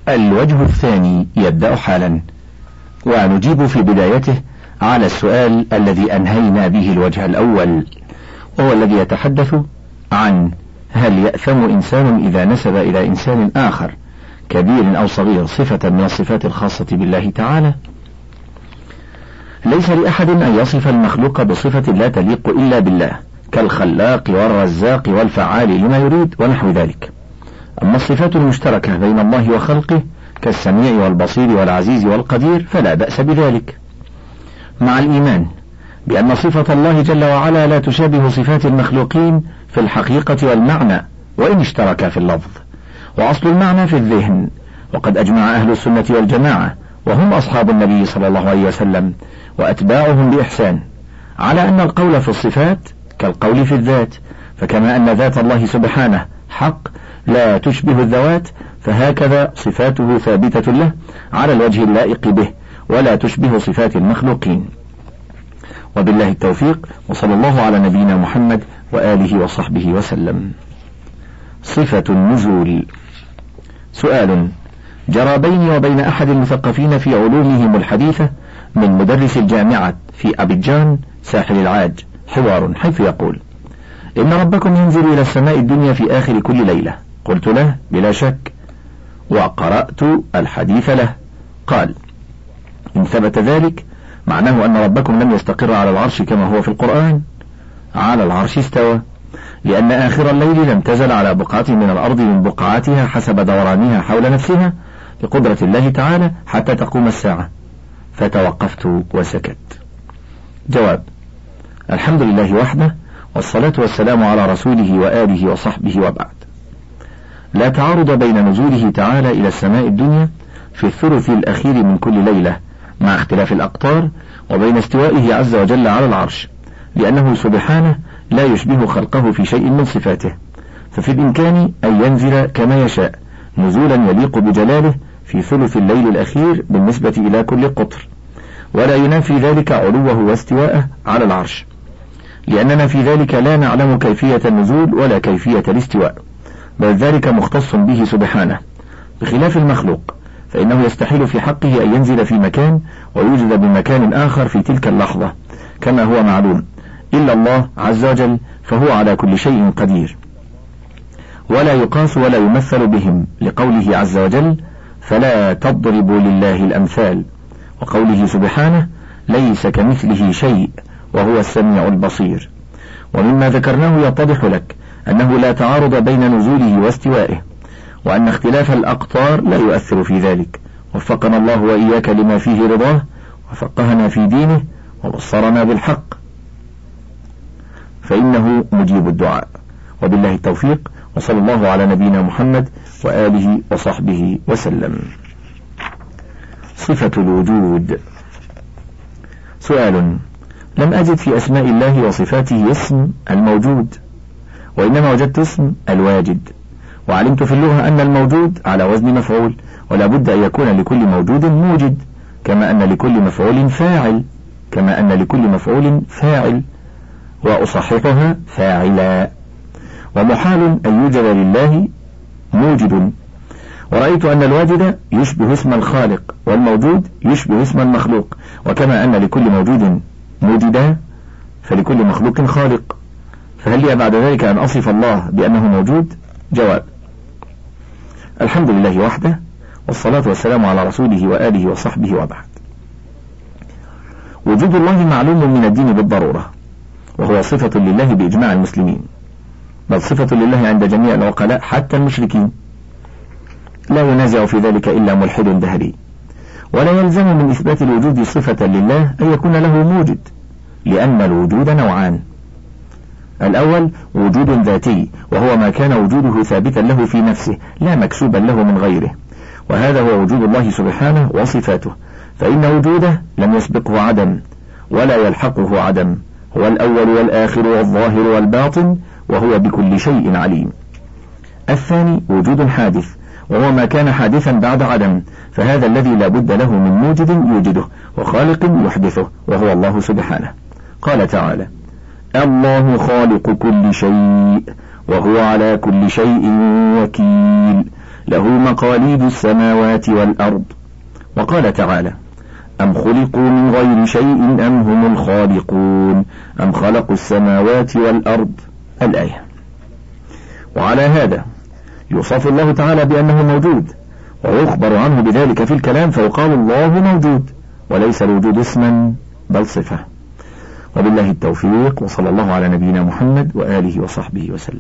الوجه الثاني يبدأ حالا، ونجيب في بدايته على السؤال الذي أنهينا به الوجه الأول، وهو الذي يتحدث عن هل يأثم إنسان إذا نسب إلى إنسان آخر كبير أو صغير صفة من الصفات الخاصة بالله تعالى؟ ليس لأحد أن يصف المخلوق بصفة لا تليق إلا بالله، كالخلاق والرزاق والفعال لما يريد ونحو ذلك. أما الصفات المشتركة بين الله وخلقه كالسميع والبصير والعزيز والقدير فلا بأس بذلك، مع الإيمان بأن صفة الله جل وعلا لا تشابه صفات المخلوقين في الحقيقة والمعنى وإن اشتركا في اللفظ، وأصل المعنى في الذهن. وقد أجمع أهل السنة والجماعة وهم أصحاب النبي صلى الله عليه وسلم وأتباعهم بإحسان على أن القول في الصفات كالقول في الذات، فكما أن ذات الله سبحانه حق لا تشبه الذوات، فهكذا صفاته ثابتة له على الوجه اللائق به ولا تشبه صفات المخلوقين. وبالله التوفيق، وصلى الله على نبينا محمد وآله وصحبه وسلم. صفة النزول. سؤال جرى بيني وبين أحد المثقفين في علومهم الحديثة من مدرس الجامعة في أبيجان ساحل العاج حوار، حيث يقول: إن ربكم ينزل إلى السماء الدنيا في آخر كل ليلة. قلت له: بلا شك، وقرأت الحديث له. قال: إن ثبت ذلك معناه أن ربكم لم يستقر على العرش كما هو في القرآن. على العرش استوى، لأن آخر الليل لم تزل على بقعة من الأرض من بقعاتها حسب دورانها حول نفسها بقدرة الله تعالى حتى تقوم الساعة. فتوقفت وسكت. جواب: الحمد لله وحده، والصلاة والسلام على رسوله وآله وصحبه، وبعد. لا تعارض بين نزوله تعالى إلى السماء الدنيا في الثلث الأخير من كل ليلة مع اختلاف الأقطار، وبين استوائه عز وجل على العرش، لأنه سبحانه لا يشبه خلقه في شيء من صفاته، ففي الإمكان أن ينزل كما يشاء نزولا يليق بجلاله في ثلث الليل الأخير بالنسبة إلى كل قطر، ولا ينافي ذلك علوه واستواءه على العرش، لأننا في ذلك لا نعلم كيفية النزول ولا كيفية الاستواء، بل ذلك مختص به سبحانه، بخلاف المخلوق فإنه يستحيل في حقه أن ينزل في مكان ويوجد بمكان آخر في تلك اللحظة كما هو معلوم، إلا الله عز وجل فهو على كل شيء قدير، ولا يقاس ولا يمثل بهم، لقوله عز وجل: فلا تضربوا لله الأمثال، وقوله سبحانه: ليس كمثله شيء وهو السميع البصير. ومما ذكرناه يتضح لك أنه لا تعارض بين نزوله واستوائه، وأن اختلاف الأقطار لا يؤثر في ذلك. وفقنا الله وإياك لما فيه رضاه، وفقهنا في دينه، وبصرنا بالحق، فإنه مجيب الدعاء. وبالله التوفيق، وصلى الله على نبينا محمد وآله وصحبه وسلم. صفة الوجود. سؤال: لم أجد في أسماء الله وصفاته اسم الموجود، وإنما وجدت اسم الواجد، وعلمت في اللغة أن الموجود على وزن مفعول، ولا بد أن يكون لكل موجود موجد، كما أن لكل مفعول فاعل، وأصححها فاعلا. ومحال أن يوجد لله موجد. ورأيت أن الواجد يشبه اسم الخالق، والموجود يشبه اسم المخلوق، وكما أن لكل موجود موجدا فلكل مخلوق خالق، فهل لي بعد ذلك أن أصف الله بأنه موجود؟ جواب: الحمد لله وحده، والصلاة والسلام على رسوله وآله وصحبه، وبعد. وجود الله معلوم من الدين بالضرورة، وهو صفة لله بإجماع المسلمين، بل صفة لله عند جميع العقلاء حتى المشركين، لا ينازع في ذلك إلا ملحد دهري. ولا يلزم من إثبات الوجود صفة لله أن يكون له موجد، لأن الوجود نوعان: الأول وجود ذاتي، وهو ما كان وجوده ثابتا له في نفسه لا مكسوبا له من غيره، وهذا هو وجود الله سبحانه وصفاته، فإن وجوده لم يسبقه عدم ولا يلحقه عدم، هو الأول والآخر والظاهر والباطن، وهو بكل شيء عليم. الثاني وجود حادث، وهو ما كان حادثا بعد عدم، فهذا الذي لا بد له من موجد يوجده وخالق يحدثه، وهو الله سبحانه. قال تعالى: الله خالق كل شيء وهو على كل شيء وكيل، له مقاليد السماوات والأرض. وقال تعالى: أم خلقوا من غير شيء أم هم الخالقون أم خلقوا السماوات والأرض، الآية. وعلى هذا يوصف الله تعالى بأنه موجود، ويخبر عنه بذلك في الكلام، فيقال الله موجود، وليس الوجود اسما بل صفة. وبالله التوفيق، وصلى الله على نبينا محمد وآله وصحبه وسلم.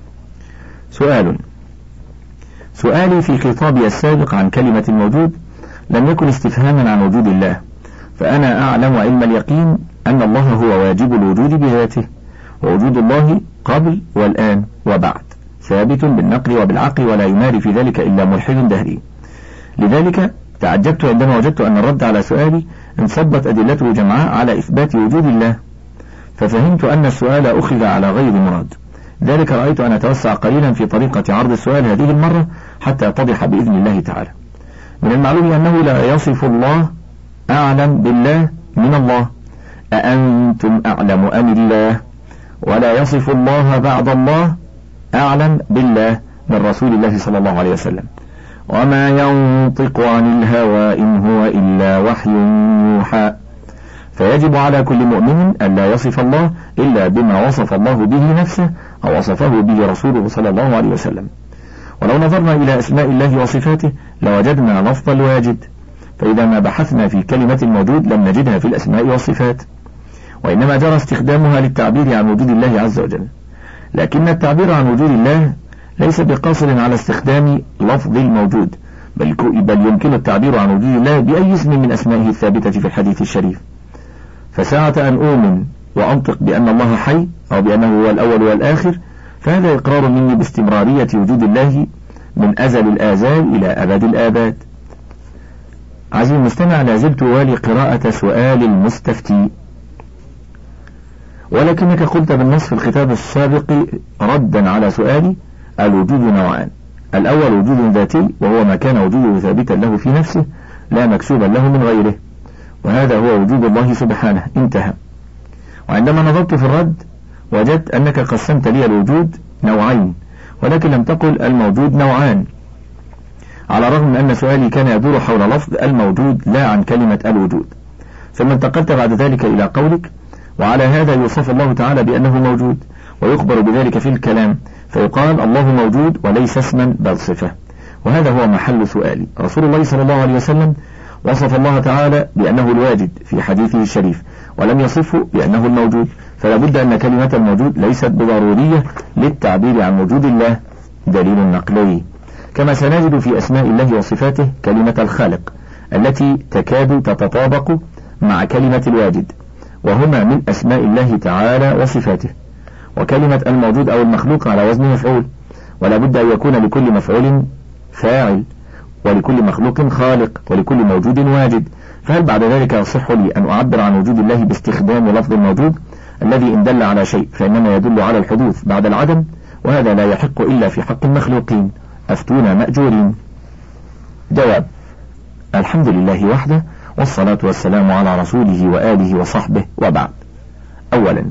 سؤالي في خطابي السابق عن كلمة الموجود لم يكن استفهاما عن وجود الله، فأنا أعلم علم اليقين أن الله هو واجب الوجود بذاته، ووجود الله قبل والآن وبعد ثابت بالنقل وبالعقل، ولا يماري في ذلك إلا ملحد دهري. لذلك تعجبت عندما وجدت أن الرد على سؤالي انصبت أدلته جمعاء على إثبات وجود الله، ففهمت أن السؤال أخذ على غير مراد. ذلك رأيت أن أتوسع قليلا في طريقة عرض السؤال هذه المرة حتى يتضح بإذن الله تعالى. من المعلوم أنه لا يصف الله أعلم بالله من الله، أأنتم أعلم أم الله، ولا يصف الله بعد الله أعلم بالله من رسول الله صلى الله عليه وسلم. وما ينطق عن الهوى إن هو إلا وحي يوحى. فيجب على كل مؤمن أن لا يصف الله إلا بما وصف الله به نفسه أو وصفه به رسوله صلى الله عليه وسلم. ولو نظرنا إلى أسماء الله وصفاته لوجدنا لفظ الواجد، فإذا ما بحثنا في كلمة الموجود لم نجدها في الأسماء والصفات، وإنما جرى استخدامها للتعبير عن وجود الله عز وجل. لكن التعبير عن وجود الله ليس بقاصر على استخدام لفظ الموجود، بل يمكن التعبير عن وجود الله بأي اسم من أسمائه الثابتة في الحديث الشريف. فساعة أن أؤمن وأنطق بأن الله حي أو بأنه هو الأول والآخر، فهذا إقرار مني باستمرارية وجود الله من أزل الآزال إلى أبد الآباد. عزيزي المستمع، لازلت والي قراءة سؤال المستفتي، ولكنك قلت بالنص في الخطاب السابق ردا على سؤالي: الوجود نوعان، الأول وجود ذاتي وهو ما كان وجوده ثابتا له في نفسه لا مكسوبا له من غيره، وهذا هو وجود الله سبحانه، انتهى. وعندما نظرت في الرد وجدت أنك قسمت لي الوجود نوعين، ولكن لم تقل الموجود نوعان، على الرغم من أن سؤالي كان يدور حول لفظ الموجود لا عن كلمة الوجود. ثم انتقلت بعد ذلك إلى قولك: وعلى هذا يوصف الله تعالى بأنه موجود، ويخبر بذلك في الكلام، فيقال الله موجود وليس اسما بل صفة. وهذا هو محل سؤالي. رسول الله صلى الله عليه وسلم وصف الله تعالى بأنه الواجد في حديثه الشريف، ولم يصفه بأنه الموجود، فلا بد أن كلمة الموجود ليست بضرورية للتعبير عن وجود الله، دليل نقلي. كما سنجد في أسماء الله وصفاته كلمة الخالق التي تكاد تتطابق مع كلمة الواجد، وهما من أسماء الله تعالى وصفاته. وكلمة الموجود أو المخلوق على وزن مفعول، ولا بد أن يكون لكل مفعول فاعل، ولكل مخلوق خالق، ولكل موجود واجد. فهل بعد ذلك يصح لي أن أعبر عن وجود الله باستخدام لفظ الموجود الذي إن دل على شيء فإنما يدل على الحدوث بعد العدم، وهذا لا يحق إلا في حق المخلوقين؟ أفتونا مأجورين. جواب: الحمد لله وحده، والصلاة والسلام على رسوله وآله وصحبه، وبعد. أولا،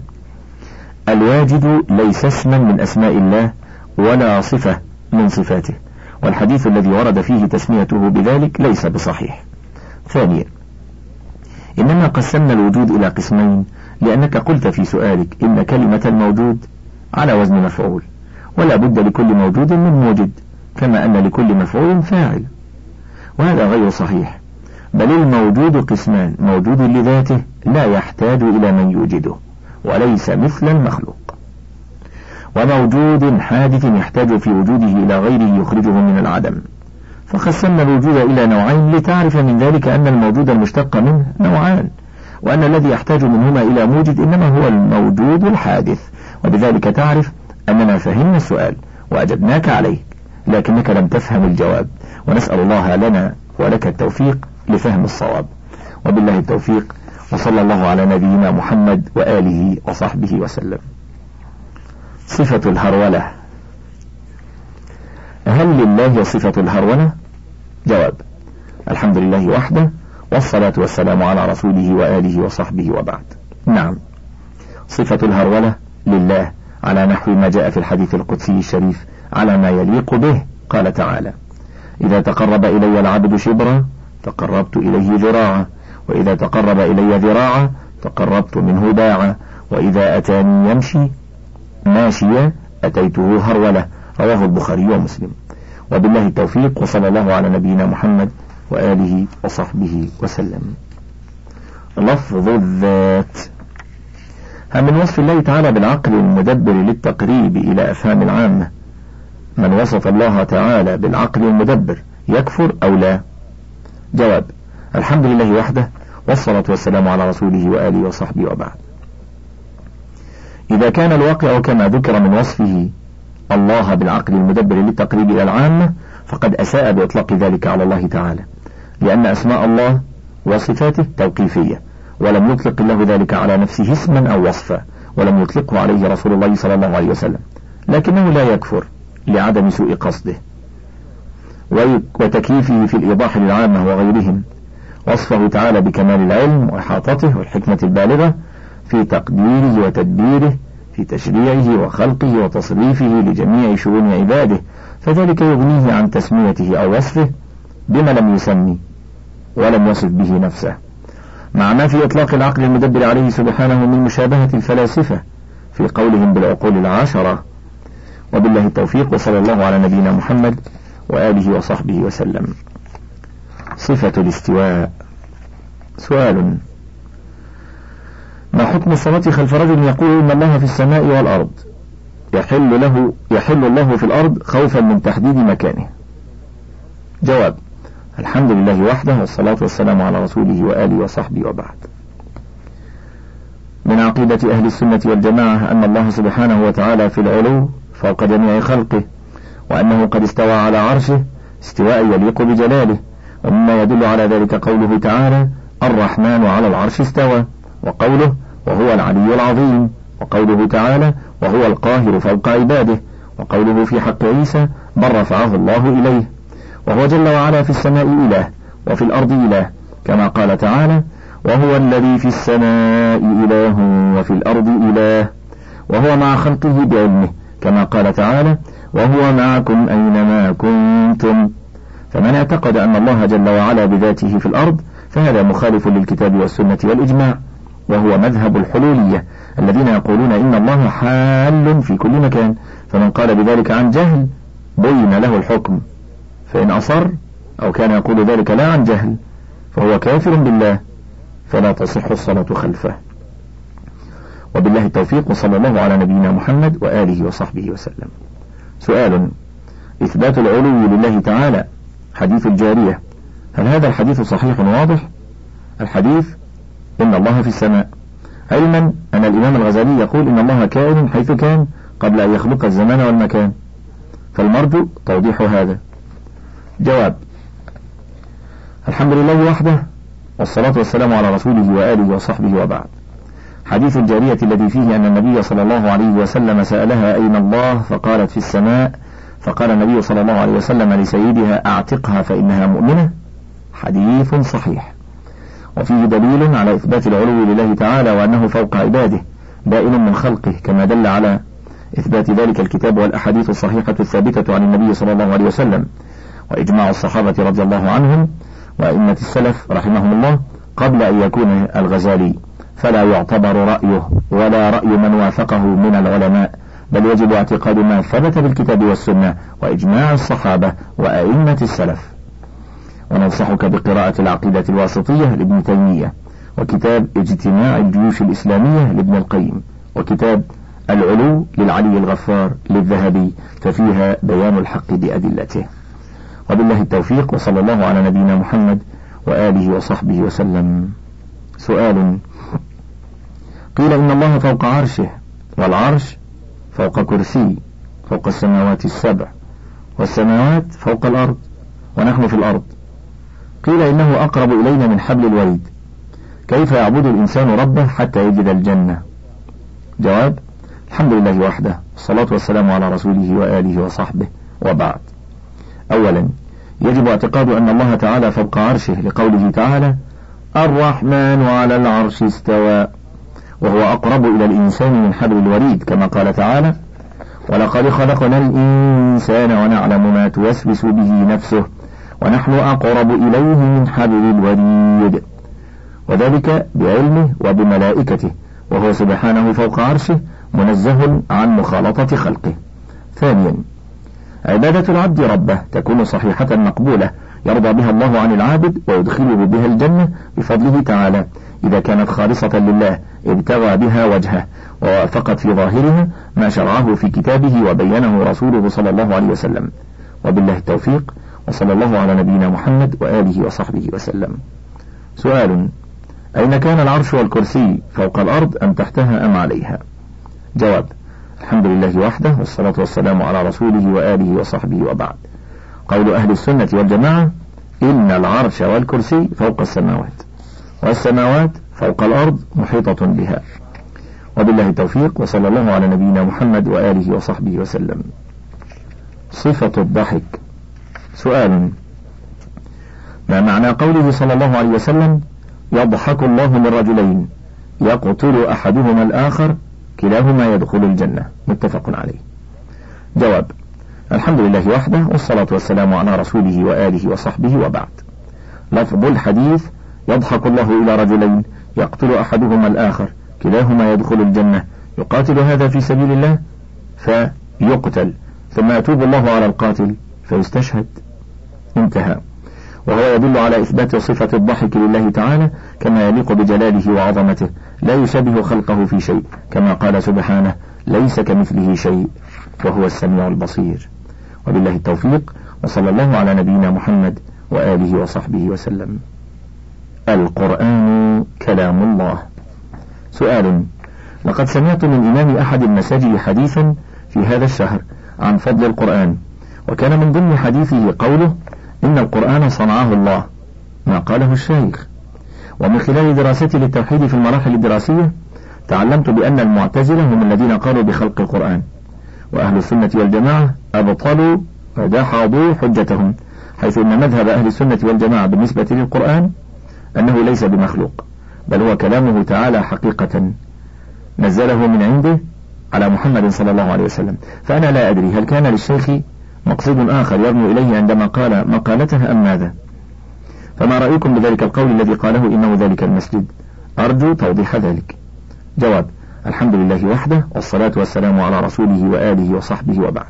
الواجد ليس اسما من أسماء الله ولا صفة من صفاته، والحديث الذي ورد فيه تسميته بذلك ليس بصحيح. ثانيا، إنما قسمنا الوجود إلى قسمين لأنك قلت في سؤالك إن كلمة الموجود على وزن مفعول، ولا بد لكل موجود من موجد، كما أن لكل مفعول فاعل، وهذا غير صحيح. بل الموجود قسمان: موجود لذاته لا يحتاج إلى من يوجده وليس مثل المخلوق، وموجود حادث يحتاج في وجوده إلى غيره يخرجه من العدم. فقسمنا الوجود إلى نوعين لتعرف من ذلك أن الموجود المشتق منه نوعان، وأن الذي يحتاج منهما إلى موجد إنما هو الموجود الحادث. وبذلك تعرف أننا فهمنا السؤال وأجبناك عليه، لكنك لم تفهم الجواب، ونسأل الله لنا ولك التوفيق لفهم الصواب. وبالله التوفيق، وصلى الله على نبينا محمد وآله وصحبه وسلم. صفة الهرولة: هل لله صفة الهرولة؟ جواب: الحمد لله وحده، والصلاة والسلام على رسوله وآله وصحبه، وبعد. نعم، صفة الهرولة لله على نحو ما جاء في الحديث القدسي الشريف على ما يليق به. قال تعالى: إذا تقرب إلي العبد شبرا تقربت إليه ذراعا، وإذا تقرب إلي ذراعا تقربت منه باعا، وإذا أتاني يمشي ماشيا أتيته هرولة. رواه البخاري ومسلم. وبالله التوفيق، وصلى الله على نبينا محمد وآله وصحبه وسلم. لفظ الذات. هل من وصف الله تعالى بالعقل المدبر للتقريب إلى أفهام العامة من وصف الله تعالى بالعقل المدبر يكفر أو لا؟ جواب: الحمد لله وحده، والصلاة والسلام على رسوله وآله وصحبه وبعد. إذا كان الواقع كما ذكر من وصفه الله بالعقل المدبر للتقريب إلى العامة فقد أساء بإطلاق ذلك على الله تعالى، لأن أسماء الله وصفاته توقيفية، ولم يطلق الله ذلك على نفسه اسما أو وصفا، ولم يطلقه عليه رسول الله صلى الله عليه وسلم، لكنه لا يكفر لعدم سوء قصده وتكييفه في الإيضاح للعامة وغيرهم، وصفه تعالى بكمال العلم وإحاطته والحكمة البالغة في تقديره وتدبيره في تشريعه وخلقه وتصريفه لجميع شؤون عباده، فذلك يغنيه عن تسميته أو وصفه بما لم يسمي ولم يصف به نفسه، مع ما في إطلاق العقل المدبر عليه سبحانه من مشابهة الفلاسفة في قولهم بالعقول العشرة. وبالله التوفيق، وصلى الله على نبينا محمد وآله وصحبه وسلم. صفة الاستواء. سؤال: ما حكم الصلاة خلف رجل يقول إن الله في السماء والأرض يحل الله في الأرض خوفا من تحديد مكانه؟ جواب: الحمد لله وحده، والصلاة والسلام على رسوله وآله وصحبه وبعد. من عقيدة أهل السنة والجماعة أن الله سبحانه وتعالى في العلو فوق جميع خلقه، وأنه قد استوى على عرشه استواء يليق بجلاله، ومما يدل على ذلك قوله تعالى: الرحمن على العرش استوى، وقوله: وهو العلي العظيم، وقوله تعالى: وهو القاهر فوق عباده، وقوله في حق عيسى: بل رفعه الله إليه. وهو جل وعلا في السماء إله وفي الأرض إله، كما قال تعالى: وهو الذي في السماء إله وفي الأرض إله، وهو مع خلقه بعلمه، كما قال تعالى: وهو معكم أينما كنتم. فمن اعتقد أن الله جل وعلا بذاته في الأرض فهذا مخالف للكتاب والسنة والإجماع، وهو مذهب الحلولية الذين يقولون إن الله حال في كل مكان، فمن قال بذلك عن جهل بين له الحكم، فإن أصر أو كان يقول ذلك لا عن جهل فهو كافر بالله، فلا تصح الصلاة خلفه. وبالله التوفيق، وصلى الله على نبينا محمد وآله وصحبه وسلم. سؤال: إثبات العلو لله تعالى، حديث الجارية، هل هذا الحديث صحيح واضح؟ الحديث: إن الله في السماء، علما أن الإمام الغزالي يقول إن الله كائن حيث كان قبل أن يخلق الزمان والمكان، فالمرجو توضيح هذا. جواب: الحمد لله وحده، والصلاة والسلام على رسوله وآله وصحبه وبعد. حديث الجارية الذي فيه أن النبي صلى الله عليه وسلم سألها أين الله فقالت في السماء، فقال النبي صلى الله عليه وسلم لسيدها: أعتقها فإنها مؤمنة، حديث صحيح، وفيه دليل على إثبات العلو لله تعالى وأنه فوق عباده بائن من خلقه، كما دل على إثبات ذلك الكتاب والأحاديث الصحيحة الثابتة عن النبي صلى الله عليه وسلم، وإجماع الصحابة رضي الله عنهم وأئمة السلف رحمهم الله قبل أن يكون الغزالي، فلا يعتبر رأيه ولا رأي من وافقه من العلماء، بل يجب اعتقاد ما ثبت بالكتاب والسنة وإجماع الصحابة وأئمة السلف. وننصحك بقراءة العقيدة الواسطية لابن تيمية، وكتاب اجتماع الجيوش الإسلامية لابن القيم، وكتاب العلو للعلي الغفار للذهبي، ففيها بيان الحق بأدلته. وبالله التوفيق، وصلى الله على نبينا محمد وآله وصحبه وسلم. سؤال: قيل إن الله فوق عرشه، والعرش فوق كرسي، فوق السماوات السبع، والسماوات فوق الأرض، ونحن في الأرض. قيل إنه أقرب إلينا من حبل الوريد، كيف يعبد الإنسان ربه حتى يجد الجنة؟ جواب: الحمد لله وحده، الصلاة والسلام على رسوله وآله وصحبه وبعد. أولا، يجب اعتقاد أن الله تعالى فوق عرشه لقوله تعالى: الرحمن على العرش استوى، وهو أقرب إلى الإنسان من حبل الوريد، كما قال تعالى: ولقد خلقنا الإنسان ونعلم ما توسوس به نفسه ونحن أقرب إليه من حبل الوريد، وذلك بعلمه وبملائكته، وهو سبحانه فوق عرشه منزه عن مخالطة خلقه. ثانيا، عبادة العبد ربه تكون صحيحة مقبولة يرضى بها الله عن العابد ويدخله بها الجنة بفضله تعالى، إذا كانت خالصة لله ابتغى بها وجهه ووافقت في ظاهرها ما شرعه في كتابه وبينه رسوله صلى الله عليه وسلم. وبالله التوفيق، وصلى الله على نبينا محمد وآله وصحبه وسلم. سؤال: أين كان العرش والكرسي، فوق الأرض أم تحتها أم عليها؟ جواب: الحمد لله وحده، والصلاة والسلام على رسوله وآله وصحبه، وبعد. قول أهل السنة والجماعة: إن العرش والكرسي فوق السماوات، والسماوات فوق الأرض محيطة بها. وبالله التوفيق، وصلى الله على نبينا محمد وآله وصحبه وسلم. صفة الضحك. سؤال: ما معنى قوله صلى الله عليه وسلم: يضحك الله من رجلين يقتل أحدهما الآخر كلاهما يدخل الجنة، متفق عليه؟ جواب: الحمد لله وحده، والصلاة والسلام على رسوله وآله وصحبه، وبعد. لفظ الحديث: يضحك الله إلى رجلين يقتل أحدهما الآخر كلاهما يدخل الجنة، يقاتل هذا في سبيل الله فيقتل، ثم يتوب الله على القاتل فيستشهد. انتهى. وهو يدل على إثبات صفة الضحك لله تعالى كما يليق بجلاله وعظمته، لا يشبه خلقه في شيء، كما قال سبحانه: ليس كمثله شيء وهو السميع البصير. وبالله التوفيق، وصلى الله على نبينا محمد وآله وصحبه وسلم. القرآن كلام الله. سؤال: لقد سمعت من إمام أحد المساجد حديثا في هذا الشهر عن فضل القرآن، وكان من ضمن حديثه قوله: إن القرآن صنعه الله، ما قاله الشيخ. ومن خلال دراستي للتوحيد في المراحل الدراسية تعلمت بأن المعتزلة هم الذين قالوا بخلق القرآن، وأهل السنة والجماعة أبطلوا ودحضوا حجتهم، حيث أن مذهب أهل السنة والجماعة بالنسبة للقرآن أنه ليس بمخلوق، بل هو كلامه تعالى حقيقة نزله من عنده على محمد صلى الله عليه وسلم. فأنا لا أدري هل كان للشيخ مقصود آخر يرمي إليه عندما قال مقالته أم ماذا؟ فما رأيكم بذلك القول الذي قاله إنه ذلك المسجد؟ أرجو توضيح ذلك. جواب: الحمد لله وحده، والصلاة والسلام على رسوله وآله وصحبه، وبعد.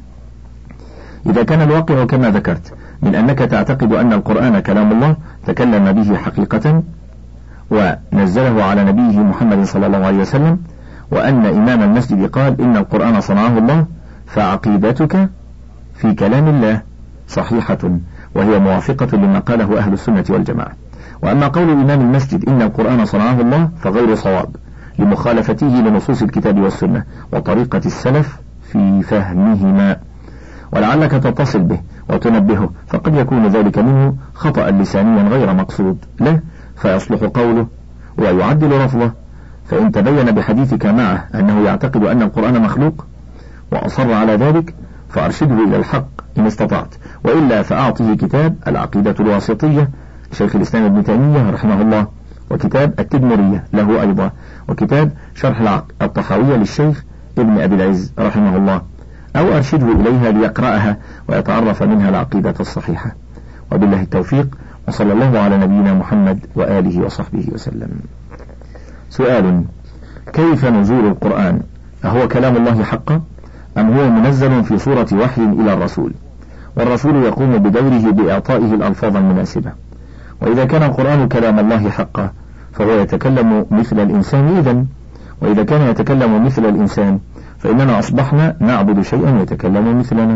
إذا كان الواقع كما ذكرت من أنك تعتقد أن القرآن كلام الله تكلم به حقيقة ونزله على نبيه محمد صلى الله عليه وسلم، وأن إمام المسجد قال إن القرآن صنعه الله، فعقيدتك في كلام الله صحيحة، وهي موافقة لما قاله أهل السنة والجماعة. وأما قول إمام المسجد إن القرآن صنعه الله فغير صواب، لمخالفته لنصوص الكتاب والسنة وطريقة السلف في فهمهما، ولعلك تتصل به وتنبهه، فقد يكون ذلك منه خطأ لسانيا غير مقصود له، فيصلح قوله ويعدل لفظه. فإن تبين بحديثك معه أنه يعتقد أن القرآن مخلوق وأصر على ذلك فأرشده إلى الحق إن استطعت، وإلا فأعطه كتاب العقيدة الواسطية شيخ الإسلام ابن تيمية رحمه الله، وكتاب التدمرية له أيضا، وكتاب شرح الطحاوية للشيخ ابن أبي العز رحمه الله، أو أرشده إليها ليقرأها ويتعرف منها العقيدة الصحيحة. وبالله التوفيق، وصلى الله على نبينا محمد وآله وصحبه وسلم. سؤال: كيف نزول القرآن؟ أهو كلام الله حقا أم هو منزل في صورة وحي إلى الرسول، والرسول يقوم بدوره بإعطائه الألفاظ المناسبة؟ وإذا كان القرآن كلام الله حقا فهو يتكلم مثل الإنسان إذن، وإذا كان يتكلم مثل الإنسان فإننا أصبحنا نعبد شيئا يتكلم مثلنا.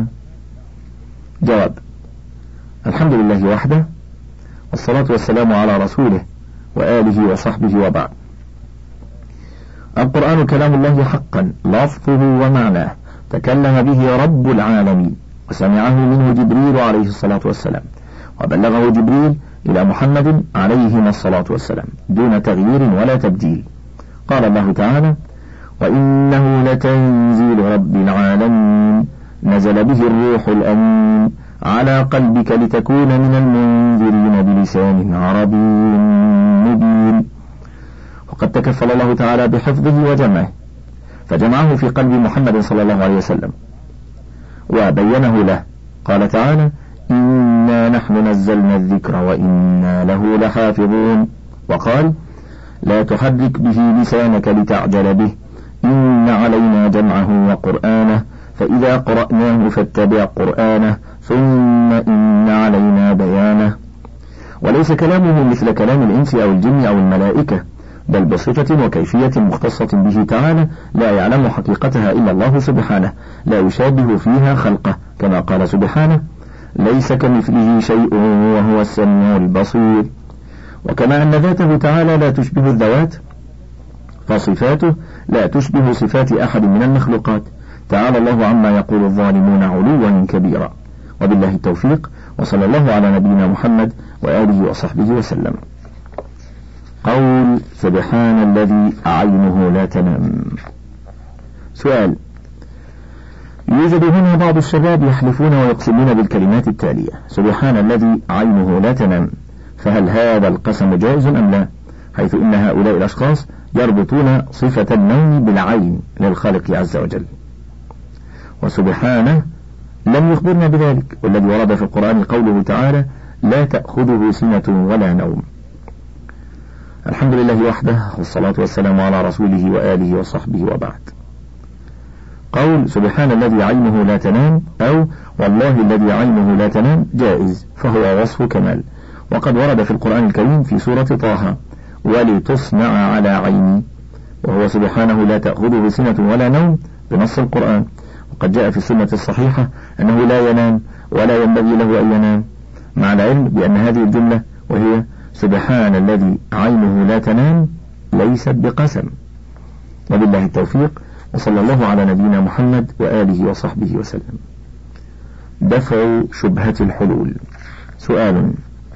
جواب: الحمد لله وحده، والصلاة والسلام على رسوله وآله وصحبه، وبعد. القرآن كلام الله حقا، لفظه ومعناه تكلم به رب العالمين، وسمعه منه جبريل عليه الصلاة والسلام، وبلغه جبريل إلى محمد عليهما الصلاة والسلام دون تغيير ولا تبديل. قال الله تعالى: وإنه لتنزيل رب العالمين نزل به الروح الأمين على قلبك لتكون من المنذرين بلسان عربي مبين. وقد تكفل الله تعالى بحفظه وجمعه، فجمعه في قلب محمد صلى الله عليه وسلم وبينه له. قال تعالى: إنا نحن نزلنا الذكر وإنا له لحافظون. وقال لا تحرك به لسانك لتعجل به إن علينا جمعه وقرآنه فإذا قرأناه فاتبع قرآنه ثم إن علينا بيانه. وليس كلامه مثل كلام الإنس أو الجن أو الملائكة، بل بصفة وكيفية مختصة به تعالى لا يعلم حقيقتها إلا الله سبحانه، لا يشابه فيها خلقه، كما قال سبحانه ليس كمثله شيء وهو السميع البصير. وكما أن ذاته تعالى لا تشبه الذوات، فصفاته لا تشبه صفات أحد من المخلوقات. تعالى الله عما يقول الظالمون علوا كبيرا. وبالله التوفيق، وصلى الله على نبينا محمد وآله وصحبه وسلم. قول سبحان الذي عينه لا تنام. سؤال: يوجد هنا بعض الشباب يحلفون ويقسمون بالكلمات التالية: سبحان الذي عينه لا تنام، فهل هذا القسم جائز أم لا؟ حيث إن هؤلاء الأشخاص يربطون صفة النوم بالعين للخالق عز وجل، وسبحانه لم يخبرنا بذلك، والذي ورد في القرآن قوله تعالى لا تأخذه سنة ولا نوم. الحمد لله وحده، والصلاة والسلام على رسوله وآله وصحبه وبعد. قول سبحان الذي عينه لا تنام أو والله الذي عينه لا تنام جائز، فهو وصف كمال، وقد ورد في القرآن الكريم في سورة طه ولتصنع على عيني، وهو سبحانه لا تأخذه سنة ولا نوم بنص القرآن. وقد جاء في السنة الصحيحة أنه لا ينام ولا ينبغي له أن ينام، مع العلم بأن هذه الجملة وهي سبحان الذي عينه لا تنام ليست بقسم. وبالله التوفيق، وصلى الله على نبينا محمد وآله وصحبه وسلم. دفع شبهة الحلول. سؤال: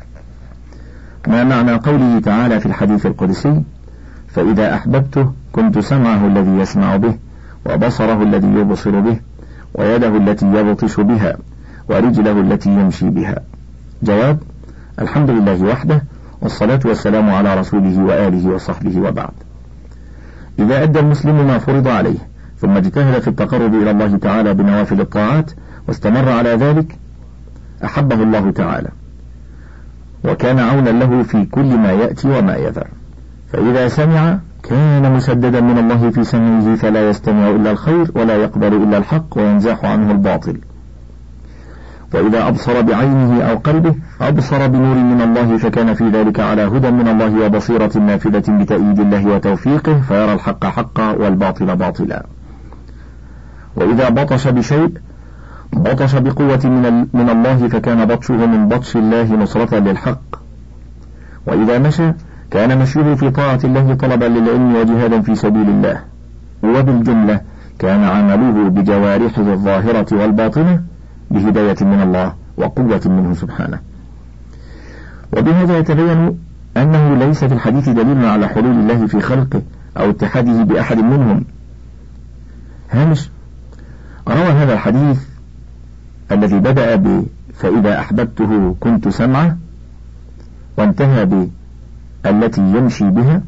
ما معنى قوله تعالى في الحديث القدسي فإذا أحببته كنت سمعه الذي يسمع به وبصره الذي يبصر به ويده التي يبطش بها ورجله التي يمشي بها؟ جواب: الحمد لله وحده، والصلاة والسلام على رسوله وآله وصحبه وبعد. إذا أدى المسلم ما فرض عليه ثم اجتهد في التقرب إلى الله تعالى بنوافل الطاعات واستمر على ذلك أحبه الله تعالى، وكان عونا له في كل ما يأتي وما يذر. فإذا سمع كان مسددا من الله في سمعه، فلا يستمع إلا الخير ولا يقبل إلا الحق وينزاح عنه الباطل. وإذا أبصر بعينه أو قلبه أبصر بنور من الله، فكان في ذلك على هدى من الله وبصيرة نافذة بتأييد الله وتوفيقه، فيرى الحق حقا والباطل باطلا. وإذا بطش بشيء بطش بقوة من الله، فكان بطشه من بطش الله نصرة للحق. وإذا مشى كان مشيه في طاعة الله طلبا للعلم وجهادا في سبيل الله. وبالجملة كان عمله بجوارحه الظاهرة والباطنة بهداية من الله وقوة منه سبحانه. وبهذا يتبين أنه ليس في الحديث دليل على حلول الله في خلقه أو اتحاده بأحد منهم. هامش: روى هذا الحديث الذي بدأ فإذا أحببته كنت سمعه وانتهى بالتي يمشي بها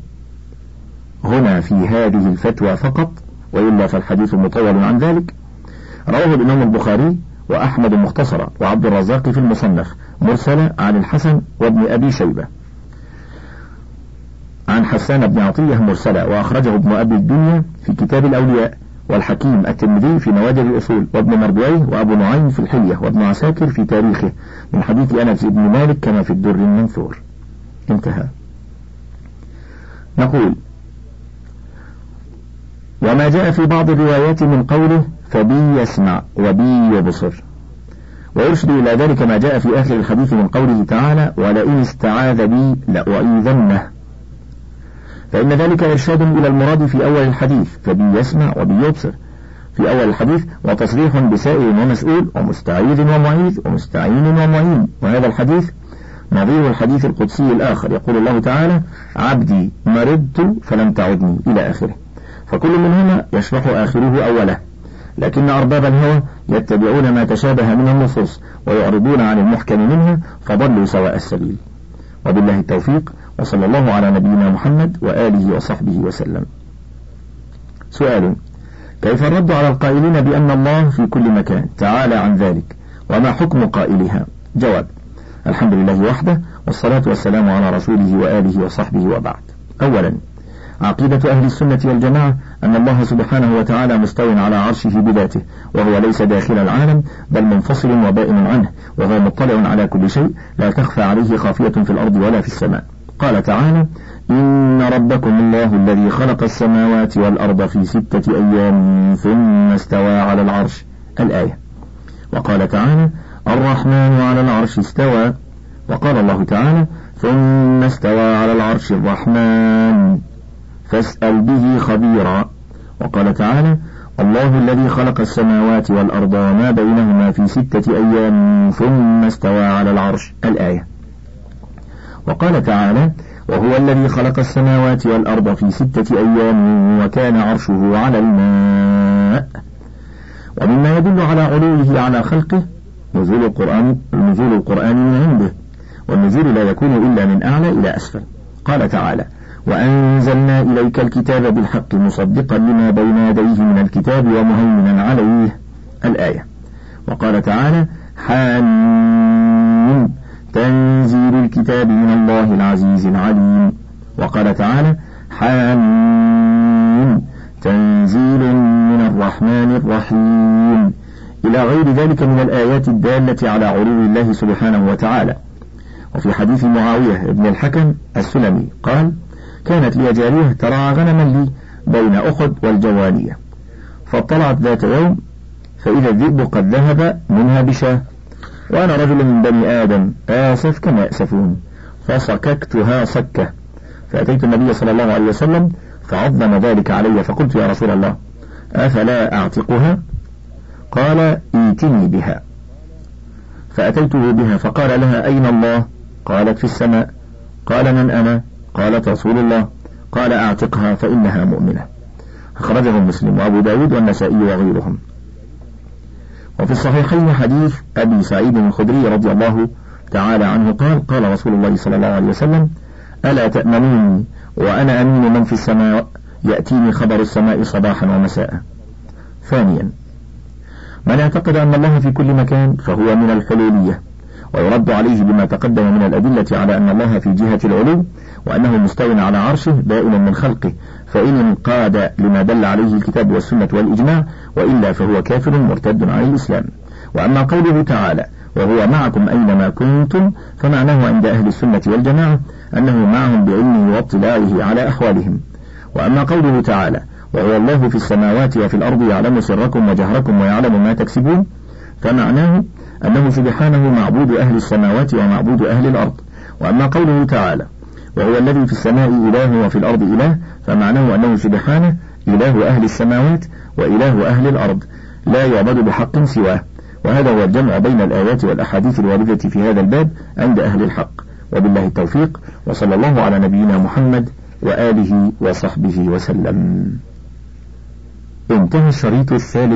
هنا في هذه الفتوى فقط، وإلا فالحديث مطول عن ذلك. رواه الإمام البخاري وأحمد مختصرا وعبد الرزاق في المصنف مرسلة عن الحسن وابن أبي شيبة عن حسان بن عطية مرسلة، وأخرجه ابن أبي الدنيا في كتاب الأولياء، والحكيم الترمذي في نوادر الأصول، وابن مردويه وأبو نعيم في الحلية، وابن عساكر في تاريخه من حديث أنس بن مالك كما في الدر المنثور. انتهى. نقول: وما جاء في بعض الروايات من قوله فبي يسمع وبي يبصر، ويرشد إلى ذلك ما جاء في آخر الحديث من قوله تعالى ولئن استعاذ بي لأعيذنه، فإن ذلك إرشاد إلى المراد في أول الحديث فبي يسمع وبي يبصر في أول الحديث، وتصريح بسائل ومسؤول ومستعيذ ومعيذ ومستعين ومعين. وهذا الحديث نظير الحديث القدسي الآخر، يقول الله تعالى عبدي مرضت فلم تعدني إلى آخره، فكل منهما يشرح آخره أوله، لكن أرباب الهوى يتبعون ما تشابه من النصوص ويعرضون عن المحكم منها، فضلوا سواء السبيل. وبالله التوفيق، وصلى الله على نبينا محمد وآله وصحبه وسلم. سؤال: كيف الرد على القائلين بأن الله في كل مكان تعالى عن ذلك، وما حكم قائلها؟ جواب: الحمد لله وحده، والصلاة والسلام على رسوله وآله وصحبه، وبعد. أولا، عقيدة أهل السنة والجماعة أن الله سبحانه وتعالى مستو على عرشه بذاته، وهو ليس داخل العالم بل منفصل وبائن عنه، وهو مطلع على كل شيء، لا تخفى عليه خافية في الأرض ولا في السماء. قال تعالى: إن ربكم الله الذي خلق السماوات والأرض في 6 أيام ثم استوى على العرش، الآية. وقال تعالى: الرحمن على العرش استوى. وقال الله تعالى: ثم استوى على العرش الرحمن فاسأل به خبيرا. وقال تعالى: الله الذي خلق السماوات والأرض وما بينهما في 6 أيام ثم استوى على العرش، الآية. وقال تعالى: وهو الذي خلق السماوات والأرض في 6 أيام وكان عرشه على الماء. ومما يدل على علوه على خلقه نزول القرآن من عنده، والنزول لا يكون إلا من أعلى إلى أسفل. قال تعالى: وأنزلنا إليك الكتاب بالحق مصدقا لما بين يديه من الكتاب ومهيمنا عليه، الآية. وقال تعالى: حامين تنزيل الكتاب من الله العزيز العليم. وقال تعالى: حامين تنزيل من الرحمن الرحيم، إلى غير ذلك من الآيات الدالة على علو الله سبحانه وتعالى. وفي حديث معاوية بن الحكم السلمي قال: كانت لي جارية ترعى غنما لي بين أحد والجوانية، فاطلعت ذات يوم فإذا الذئب قد ذهب منها بشاة، وأنا رجل من بني آدم آسف كما يأسفون، فصككتها صكة، فأتيت النبي صلى الله عليه وسلم فعظم ذلك علي، فقلت: يا رسول الله أفلا أعتقها؟ قال: ائتني بها. فأتيته بها فقال لها: أين الله؟ قالت: في السماء. قال: من أنا؟ قالت: رسول الله. قال: أعتقها فإنها مؤمنة. أخرجه مسلم وأبو داود والنسائي وغيرهم. وفي الصحيحين حديث أبي سعيد الخدري رضي الله تعالى عنه قال: قال رسول الله صلى الله عليه وسلم: ألا تأمنوني وأنا أمين من في السماء، يأتيني خبر السماء صباحا ومساء. ثانيا، من اعتقد أن الله في كل مكان فهو من الحلولية، ويرد عليه بما تقدم من الأدلة على أن الله في جهة العلو، وأنه مستو على عرشه بائن من خلقه، فإن انقاد لما دل عليه الكتاب والسنة والإجماع، وإلا فهو كافر مرتد عن الإسلام. وأما قوله تعالى: وهو معكم أينما كنتم، فمعناه عند أهل السنة والجماعة أنه معهم بعلمه واطلاعه على أحوالهم. وأما قوله تعالى: وهو الله في السماوات وفي الأرض يعلم سركم وجهركم ويعلم ما تكسبون، فمعناه أنه سبحانه معبود أهل السماوات ومعبود أهل الأرض. وأما قوله تعالى: وهو الذي في السماء إله وفي الأرض إله، فمعناه أنه سبحانه إله أهل السماوات وإله أهل الأرض، لا يعبد بحق سواه. وهذا هو الجمع بين الآيات والأحاديث الواردة في هذا الباب عند أهل الحق. وبالله التوفيق، وصلى الله على نبينا محمد وآله وصحبه وسلم. انتهى الشريط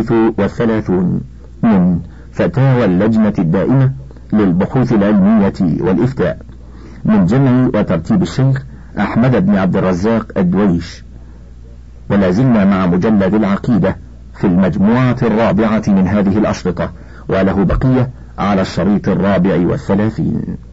33 من فتاوى اللجنة الدائمة للبحوث العلمية والإفتاء، من جمع وترتيب الشيخ أحمد بن عبد الرزاق الدويش. ولا زلنا مع مجلد العقيدة في المجموعة 4 من هذه الأشرطة، وله بقية على الشريط 34.